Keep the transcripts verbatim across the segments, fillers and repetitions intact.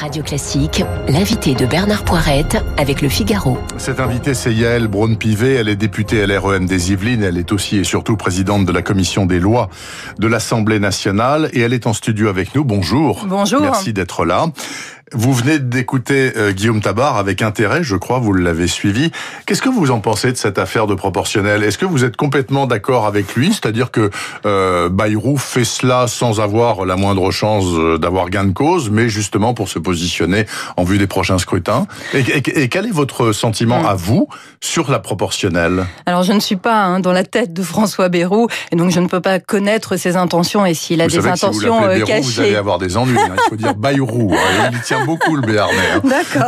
Radio Classique, l'invité de Bernard Poirette avec Le Figaro. Cette invitée, c'est Yaël Braun-Pivet. Elle est députée L R E M des Yvelines. Elle est aussi et surtout présidente de la commission des lois de l'Assemblée nationale. Et elle est en studio avec nous. Bonjour. Bonjour. Merci d'être là. Vous venez d'écouter euh, Guillaume Tabar avec intérêt, je crois, vous l'avez suivi. Qu'est-ce que vous en pensez de cette affaire de proportionnel ? Est-ce que vous êtes complètement d'accord avec lui ? C'est-à-dire que euh, Bayrou fait cela sans avoir la moindre chance d'avoir gain de cause, mais justement pour se positionner en vue des prochains scrutins. Et, et, et quel est votre sentiment mmh. à vous sur la proportionnelle ? Alors je ne suis pas hein, dans la tête de François Bayrou, et donc je ne peux pas connaître ses intentions et s'il a vous des savez intentions que si vous l'appelez Bayrou, cachées. Vous allez avoir des ennuis. Hein. Il faut dire Bayrou. Hein. Il tient beaucoup le Béarnais. Hein. D'accord.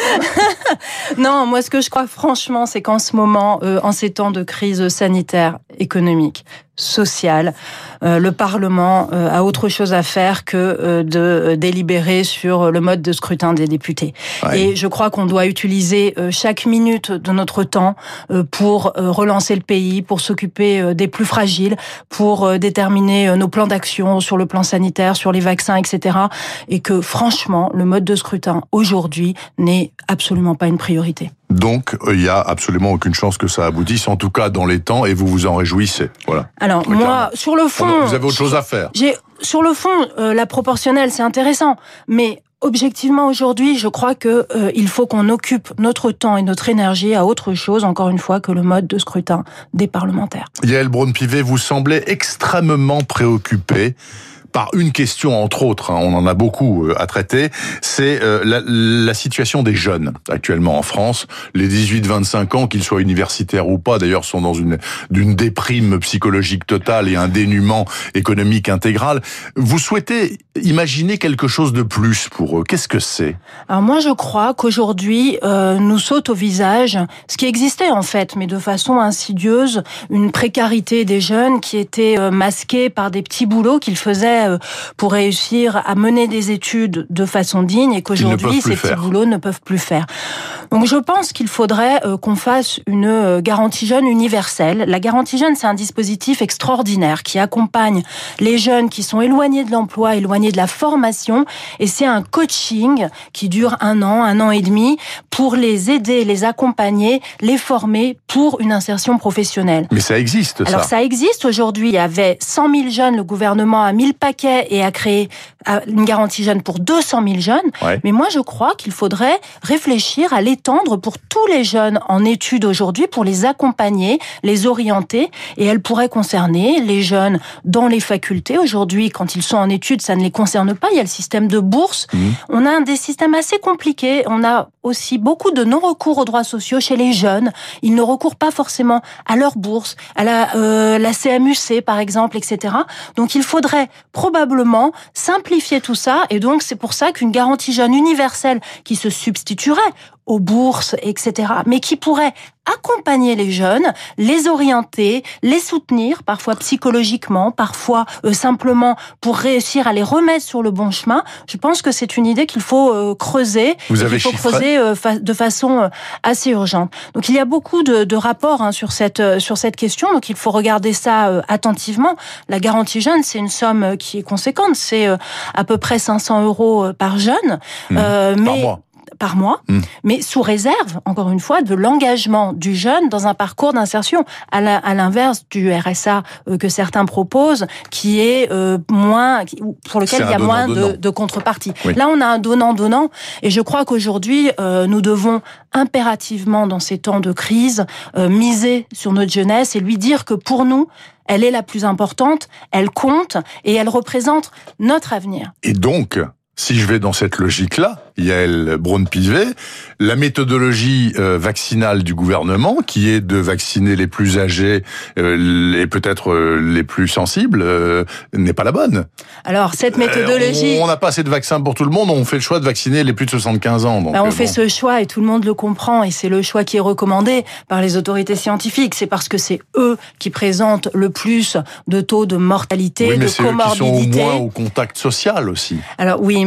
Non, moi ce que je crois franchement, c'est qu'en ce moment, euh, en ces temps de crise sanitaire, économique, sociale, euh, le Parlement euh, a autre chose à faire que euh, de euh, délibérer sur le mode de scrutin des députés. Ouais. Et je crois qu'on doit utiliser euh, chaque minute de notre temps euh, pour euh, relancer le pays, pour s'occuper euh, des plus fragiles, pour euh, déterminer euh, nos plans d'action sur le plan sanitaire, sur les vaccins, et cetera. Et que franchement, le mode de scrutin aujourd'hui n'est absolument pas une priorité. Donc, il n'y a absolument aucune chance que ça aboutisse, en tout cas dans les temps, et vous vous en réjouissez. Voilà. Alors, Très moi, clairement. sur le fond... Vous avez autre chose à faire. J'ai, sur le fond, euh, la proportionnelle, c'est intéressant, mais... Objectivement, aujourd'hui, je crois que euh, il faut qu'on occupe notre temps et notre énergie à autre chose, encore une fois, que le mode de scrutin des parlementaires. Yaël Braun-Pivet, vous semblez extrêmement préoccupée par une question, entre autres, hein, on en a beaucoup à traiter, c'est euh, la, la situation des jeunes actuellement en France. Les dix-huit vingt-cinq ans, qu'ils soient universitaires ou pas, d'ailleurs, sont dans une d'une déprime psychologique totale et un dénuement économique intégral. Vous souhaitez imaginer quelque chose de plus pour eux. Qu'est-ce que c'est ? Alors moi, je crois qu'aujourd'hui, euh, nous saute au visage ce qui existait en fait, mais de façon insidieuse, une précarité des jeunes qui était euh, masquée par des petits boulots qu'ils faisaient pour réussir à mener des études de façon digne et qu'aujourd'hui, ces petits boulots ne peuvent plus faire. Donc je pense qu'il faudrait qu'on fasse une garantie jeune universelle. La garantie jeune, c'est un dispositif extraordinaire qui accompagne les jeunes qui sont éloignés de l'emploi, éloignés de la formation, et c'est un coaching qui dure un an, un an et demi, pour les aider, les accompagner, les former pour une insertion professionnelle. Mais ça existe, ça. Alors ça existe aujourd'hui. Il y avait cent mille jeunes, le gouvernement a mis le paquet et a créé une garantie jeune pour deux cent mille jeunes. Ouais. Mais moi, je crois qu'il faudrait réfléchir à l'étendre pour tous les jeunes en études aujourd'hui, pour les accompagner, les orienter. Et elle pourrait concerner les jeunes dans les facultés. Aujourd'hui, quand ils sont en études, ça ne les concerne pas. Il y a le système de bourse. Mmh. On a des systèmes assez compliqués. On a aussi beaucoup de non-recours aux droits sociaux chez les jeunes. Ils ne recourent pas forcément à leur bourse, à la, euh, la C M U C, par exemple, et cetera. Donc, il faudrait probablement simplifier tout ça, et donc c'est pour ça qu'une garantie jeune universelle qui se substituerait aux bourses, et cetera, mais qui pourrait accompagner les jeunes, les orienter, les soutenir, parfois psychologiquement, parfois euh, simplement pour réussir à les remettre sur le bon chemin. Je pense que c'est une idée qu'il faut euh, creuser, Vous avez qu'il faut chiffré creuser euh, fa- de façon euh, assez urgente. Donc il y a beaucoup de, de rapports hein, sur cette euh, sur cette question, donc il faut regarder ça euh, attentivement. La garantie jeune, c'est une somme euh, qui est conséquente, c'est euh, à peu près cinq cents euros euh, par jeune, mmh. euh, mais par mois. par mois, mmh. mais sous réserve, encore une fois, de l'engagement du jeune dans un parcours d'insertion, à, la, à l'inverse du R S A euh, que certains proposent, qui est euh, moins, qui, pour lequel il y a moins de, de contrepartie. Oui. Là, on a un donnant-donnant, et je crois qu'aujourd'hui, euh, nous devons impérativement, dans ces temps de crise, euh, miser sur notre jeunesse et lui dire que pour nous, elle est la plus importante, elle compte, et elle représente notre avenir. Et donc, si je vais dans cette logique-là, Yaël Braun-Pivet, la méthodologie euh, vaccinale du gouvernement, qui est de vacciner les plus âgés euh, et peut-être euh, les plus sensibles, euh, n'est pas la bonne. Alors, cette méthodologie... Euh, on n'a pas assez de vaccins pour tout le monde, on fait le choix de vacciner les plus de soixante-quinze ans. Donc, ben, on euh, fait bon. ce choix et tout le monde le comprend, et c'est le choix qui est recommandé par les autorités scientifiques. C'est parce que c'est eux qui présentent le plus de taux de mortalité, oui, mais de c'est eux qui sont au comorbidité. moins au contact social aussi. Alors oui, mais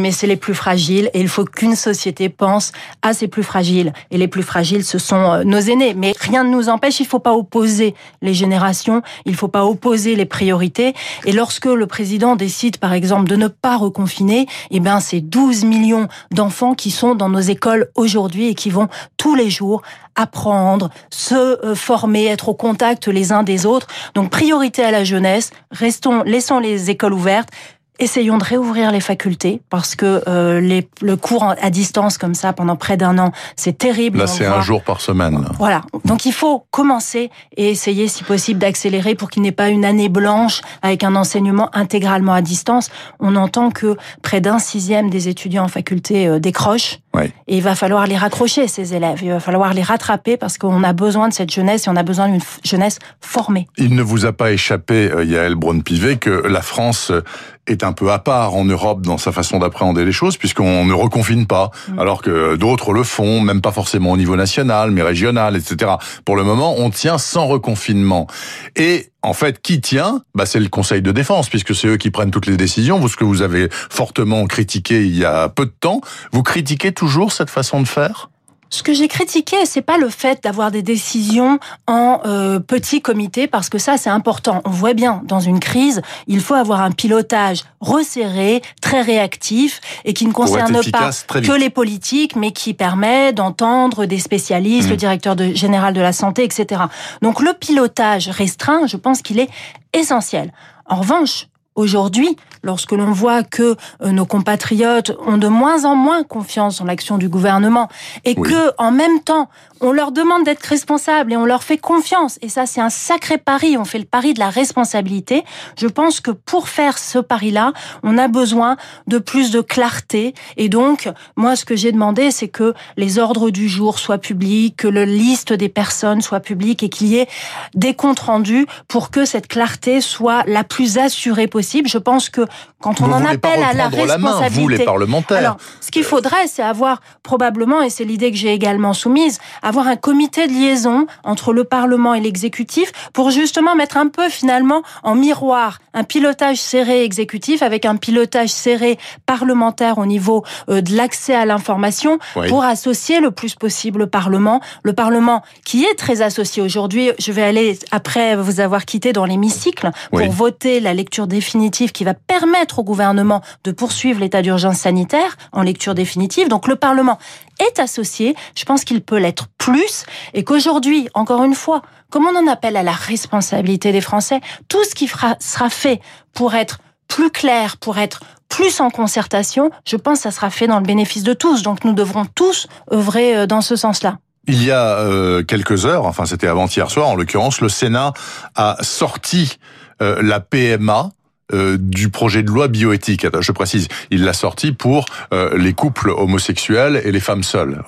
mais c'est les plus fragiles et il faut qu'une société pense à ces plus fragiles. Et les plus fragiles, ce sont nos aînés. Mais rien ne nous empêche, il ne faut pas opposer les générations, il ne faut pas opposer les priorités. Et lorsque le président décide, par exemple, de ne pas reconfiner, eh ben, c'est douze millions d'enfants qui sont dans nos écoles aujourd'hui et qui vont tous les jours apprendre, se former, être au contact les uns des autres. Donc, priorité à la jeunesse, restons, laissons les écoles ouvertes. Essayons de réouvrir les facultés parce que euh, les, le cours à distance comme ça pendant près d'un an, c'est terrible. Là, c'est voit... un jour par semaine. Là. Voilà. Donc, il faut commencer et essayer, si possible, d'accélérer pour qu'il n'y ait pas une année blanche avec un enseignement intégralement à distance. On entend que près d'un sixième des étudiants en faculté euh, décrochent. Oui. Et il va falloir les raccrocher, ces élèves. Il va falloir les rattraper parce qu'on a besoin de cette jeunesse et on a besoin d'une jeunesse formée. Il ne vous a pas échappé, Yaël Braun-Pivet, que la France est un peu à part en Europe dans sa façon d'appréhender les choses, puisqu'on ne reconfine pas, mmh. alors que d'autres le font, même pas forcément au niveau national, mais régional, et cetera. Pour le moment, on tient sans reconfinement. Et en fait, qui tient ? Bah, c'est le Conseil de défense, puisque c'est eux qui prennent toutes les décisions. Vous, ce que vous avez fortement critiqué il y a peu de temps, vous critiquez toujours cette façon de faire ? Ce que j'ai critiqué, c'est pas le fait d'avoir des décisions en euh, petit comité, parce que ça, c'est important. On voit bien, dans une crise, il faut avoir un pilotage resserré, très réactif, et qui ne concerne pas que les politiques, mais qui permet d'entendre des spécialistes, mmh. le directeur de, général de la santé, et cetera. Donc le pilotage restreint, je pense qu'il est essentiel. En revanche, aujourd'hui, lorsque l'on voit que nos compatriotes ont de moins en moins confiance dans l'action du gouvernement et oui. que, en même temps, on leur demande d'être responsables et on leur fait confiance, et ça, c'est un sacré pari, on fait le pari de la responsabilité, je pense que pour faire ce pari-là, on a besoin de plus de clarté. Et donc, moi, ce que j'ai demandé, c'est que les ordres du jour soient publics, que la liste des personnes soit publique et qu'il y ait des comptes rendus pour que cette clarté soit la plus assurée possible. Je pense que quand on vous en appelle à la responsabilité... La main, vous, les parlementaires. Alors, ce qu'il faudrait, c'est avoir probablement, et c'est l'idée que j'ai également soumise, avoir un comité de liaison entre le Parlement et l'exécutif pour justement mettre un peu finalement en miroir un pilotage serré exécutif avec un pilotage serré parlementaire au niveau de l'accès à l'information oui. pour associer le plus possible le Parlement. Le Parlement qui est très associé aujourd'hui. Je vais aller, après vous avoir quitté dans l'hémicycle, pour oui. voter la lecture définitive qui va permettre au gouvernement de poursuivre l'état d'urgence sanitaire en lecture définitive. Donc le Parlement est associé, je pense qu'il peut l'être plus, et qu'aujourd'hui, encore une fois, comme on en appelle à la responsabilité des Français, tout ce qui fera, sera fait pour être plus clair, pour être plus en concertation, je pense que ça sera fait dans le bénéfice de tous. Donc nous devrons tous œuvrer dans ce sens-là. Il y a euh, quelques heures, enfin c'était avant-hier soir en l'occurrence, le Sénat a sorti euh, la P M A Euh, du projet de loi bioéthique. Je précise, il l'a sorti pour euh, les couples homosexuels et les femmes seules. Ok ?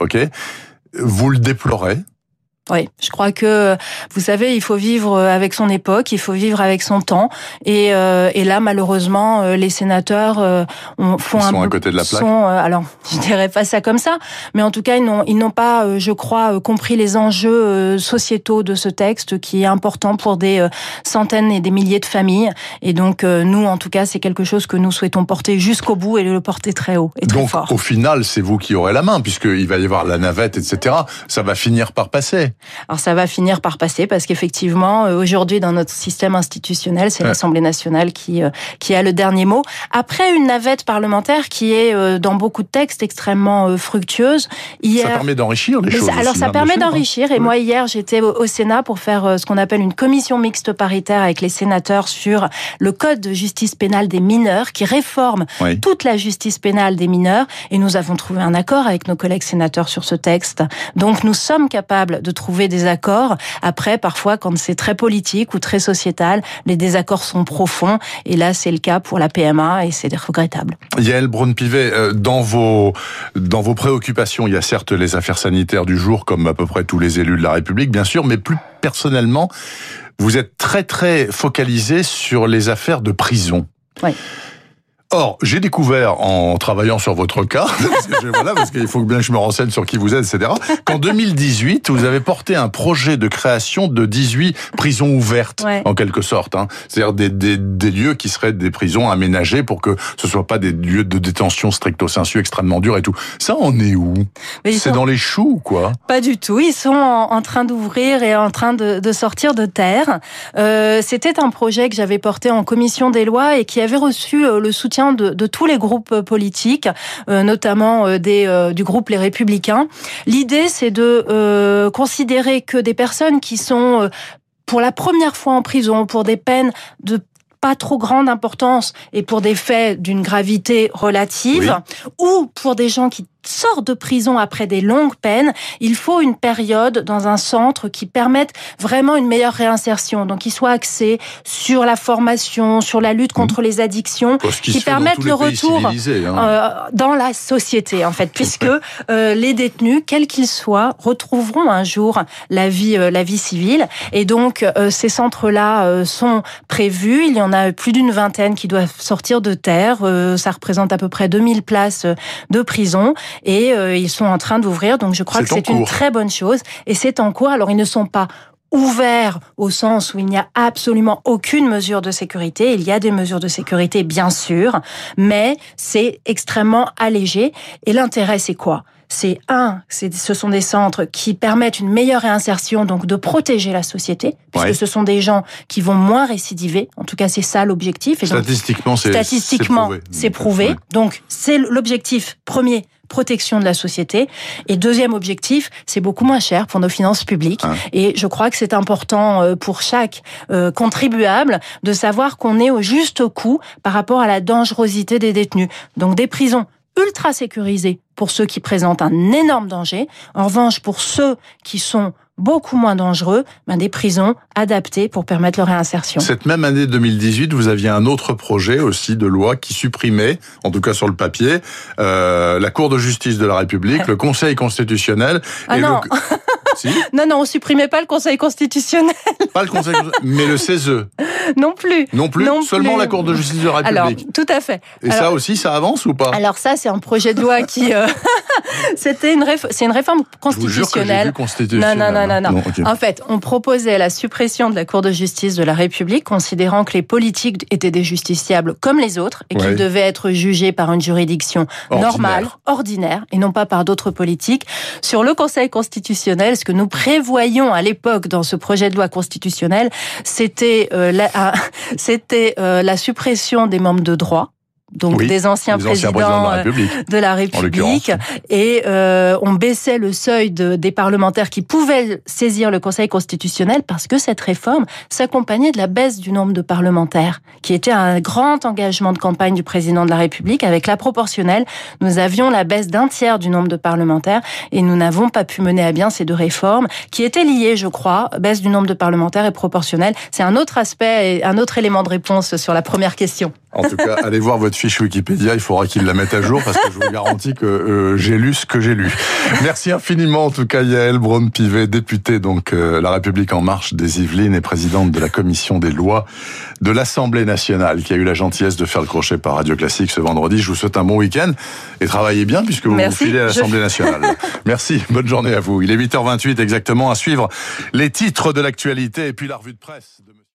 Vous le déplorez ? Oui, je crois que, vous savez, il faut vivre avec son époque, il faut vivre avec son temps. Et, euh, et là, malheureusement, les sénateurs euh, font ils un sont à côté de la plaque. Sont, euh, alors, je dirais pas ça comme ça, mais en tout cas, ils n'ont, ils n'ont pas, euh, je crois, compris les enjeux euh, sociétaux de ce texte qui est important pour des euh, centaines et des milliers de familles. Et donc, euh, nous, en tout cas, c'est quelque chose que nous souhaitons porter jusqu'au bout et le porter très haut et très donc, fort. Donc, au final, c'est vous qui aurez la main, puisqu'il va y avoir la navette, et cetera. Ça va finir par passer. Alors ça va finir par passer parce qu'effectivement, aujourd'hui dans notre système institutionnel, c'est ouais. l'Assemblée nationale qui qui a le dernier mot. Après une navette parlementaire qui est dans beaucoup de textes extrêmement fructueuse. Hier, ça permet d'enrichir les choses. Alors aussi, ça hein, permet sûr, d'enrichir. Hein. Et ouais. moi hier, j'étais au Sénat pour faire ce qu'on appelle une commission mixte paritaire avec les sénateurs sur le code de justice pénale des mineurs qui réforme ouais. toute la justice pénale des mineurs. Et nous avons trouvé un accord avec nos collègues sénateurs sur ce texte. Donc nous sommes capables de trouver des accords. Après, parfois, quand c'est très politique ou très sociétal, les désaccords sont profonds. Et là, c'est le cas pour la P M A et c'est regrettable. Yaël Braun-Pivet, dans vos, dans vos préoccupations, il y a certes les affaires sanitaires du jour, comme à peu près tous les élus de la République, bien sûr, mais plus personnellement, vous êtes très, très focalisé sur les affaires de prison. Oui. Or, j'ai découvert en travaillant sur votre cas, parce, que je, voilà, parce qu'il faut bien que je me renseigne sur qui vous êtes, et cetera, qu'en deux mille dix-huit, vous avez porté un projet de création de dix-huit prisons ouvertes, ouais. en quelque sorte. Hein. C'est-à-dire des, des, des lieux qui seraient des prisons aménagées pour que ce ne soient pas des lieux de détention stricto sensu extrêmement durs et tout. Ça, on est où? C'est sont... dans les choux, quoi? Pas du tout. Ils sont en, en train d'ouvrir et en train de, de sortir de terre. Euh, c'était un projet que j'avais porté en commission des lois et qui avait reçu le soutien De, de tous les groupes politiques, euh, notamment euh, des, euh, du groupe Les Républicains. L'idée, c'est de euh, considérer que des personnes qui sont euh, pour la première fois en prison, pour des peines de pas trop grande importance et pour des faits d'une gravité relative, oui. ou pour des gens qui sortent de prison après des longues peines, il faut une période dans un centre qui permette vraiment une meilleure réinsertion. Donc, qui soit axé sur la formation, sur la lutte contre mmh. les addictions, qui, qui permettent le retour hein. euh, dans la société, en fait, puisque euh, les détenus, quels qu'ils soient, retrouveront un jour la vie, euh, la vie civile. Et donc, euh, ces centres-là euh, sont prévus. Il y en a plus d'une vingtaine qui doivent sortir de terre. Euh, ça représente à peu près deux mille places de prison. Et euh, ils sont en train d'ouvrir, donc je crois c'est que c'est une très bonne chose. Et c'est en cours. Alors, ils ne sont pas ouverts au sens où il n'y a absolument aucune mesure de sécurité. Il y a des mesures de sécurité, bien sûr, mais c'est extrêmement allégé. Et l'intérêt, c'est quoi ? C'est un, c'est, ce sont des centres qui permettent une meilleure réinsertion, donc de protéger la société, puisque ouais. ce sont des gens qui vont moins récidiver. En tout cas, c'est ça l'objectif. Et donc, statistiquement, c'est, statistiquement, c'est prouvé. C'est prouvé. Ouais. Donc, c'est l'objectif premier. Protection de la société. Et deuxième objectif, c'est beaucoup moins cher pour nos finances publiques. Ah. Et je crois que c'est important pour chaque euh, contribuable de savoir qu'on est au juste coût par rapport à la dangerosité des détenus. Donc des prisons ultra sécurisées pour ceux qui présentent un énorme danger. En revanche, pour ceux qui sont beaucoup moins dangereux, ben des prisons adaptées pour permettre leur réinsertion. Cette même année deux mille dix-huit, vous aviez un autre projet aussi de loi qui supprimait, en tout cas sur le papier, euh, la Cour de justice de la République, le Conseil constitutionnel... Ah et non le... Si non, non, on supprimait pas le Conseil constitutionnel. Pas le Conseil constitutionnel, mais le C E S E. Non plus. Non plus, non seulement plus. la Cour de justice de la République. Alors, tout à fait. Et alors, ça aussi, ça avance ou pas? Alors ça, c'est un projet de loi qui... Euh... C'était une, réf... c'est une réforme constitutionnelle. Je vous jure que j'ai vu constitutionnelle. Non, non, non, non. non. non okay. En fait, on proposait la suppression de la Cour de justice de la République, considérant que les politiques étaient des justiciables comme les autres et qu'ils ouais. devaient être jugés par une juridiction ordinaire. normale, ordinaire, et non pas par d'autres politiques. Sur le Conseil constitutionnel, ce que nous prévoyons à l'époque dans ce projet de loi constitutionnel, c'était euh, la, euh, c'était euh, la suppression des membres de droit. Donc oui, des anciens présidents, présidents de la République, de la République et euh, on baissait le seuil de, des parlementaires qui pouvaient saisir le Conseil constitutionnel parce que cette réforme s'accompagnait de la baisse du nombre de parlementaires, qui était un grand engagement de campagne du président de la République. Avec la proportionnelle, nous avions la baisse d'un tiers du nombre de parlementaires et nous n'avons pas pu mener à bien ces deux réformes qui étaient liées, je crois, baisse du nombre de parlementaires et proportionnelle. C'est un autre aspect et un autre élément de réponse sur la première question. En tout cas, allez voir votre fiche Wikipédia, il faudra qu'il la mette à jour parce que je vous garantis que euh, j'ai lu ce que j'ai lu. Merci infiniment en tout cas Yaël Braun-Pivet, députée donc euh, La République En Marche des Yvelines et présidente de la commission des lois de l'Assemblée nationale qui a eu la gentillesse de faire le crochet par Radio Classique ce vendredi. Je vous souhaite un bon week-end et travaillez bien puisque vous Merci, vous filez à l'Assemblée je... nationale. Merci, bonne journée à vous. Il est huit heures vingt-huit exactement, à suivre les titres de l'actualité et puis la revue de presse de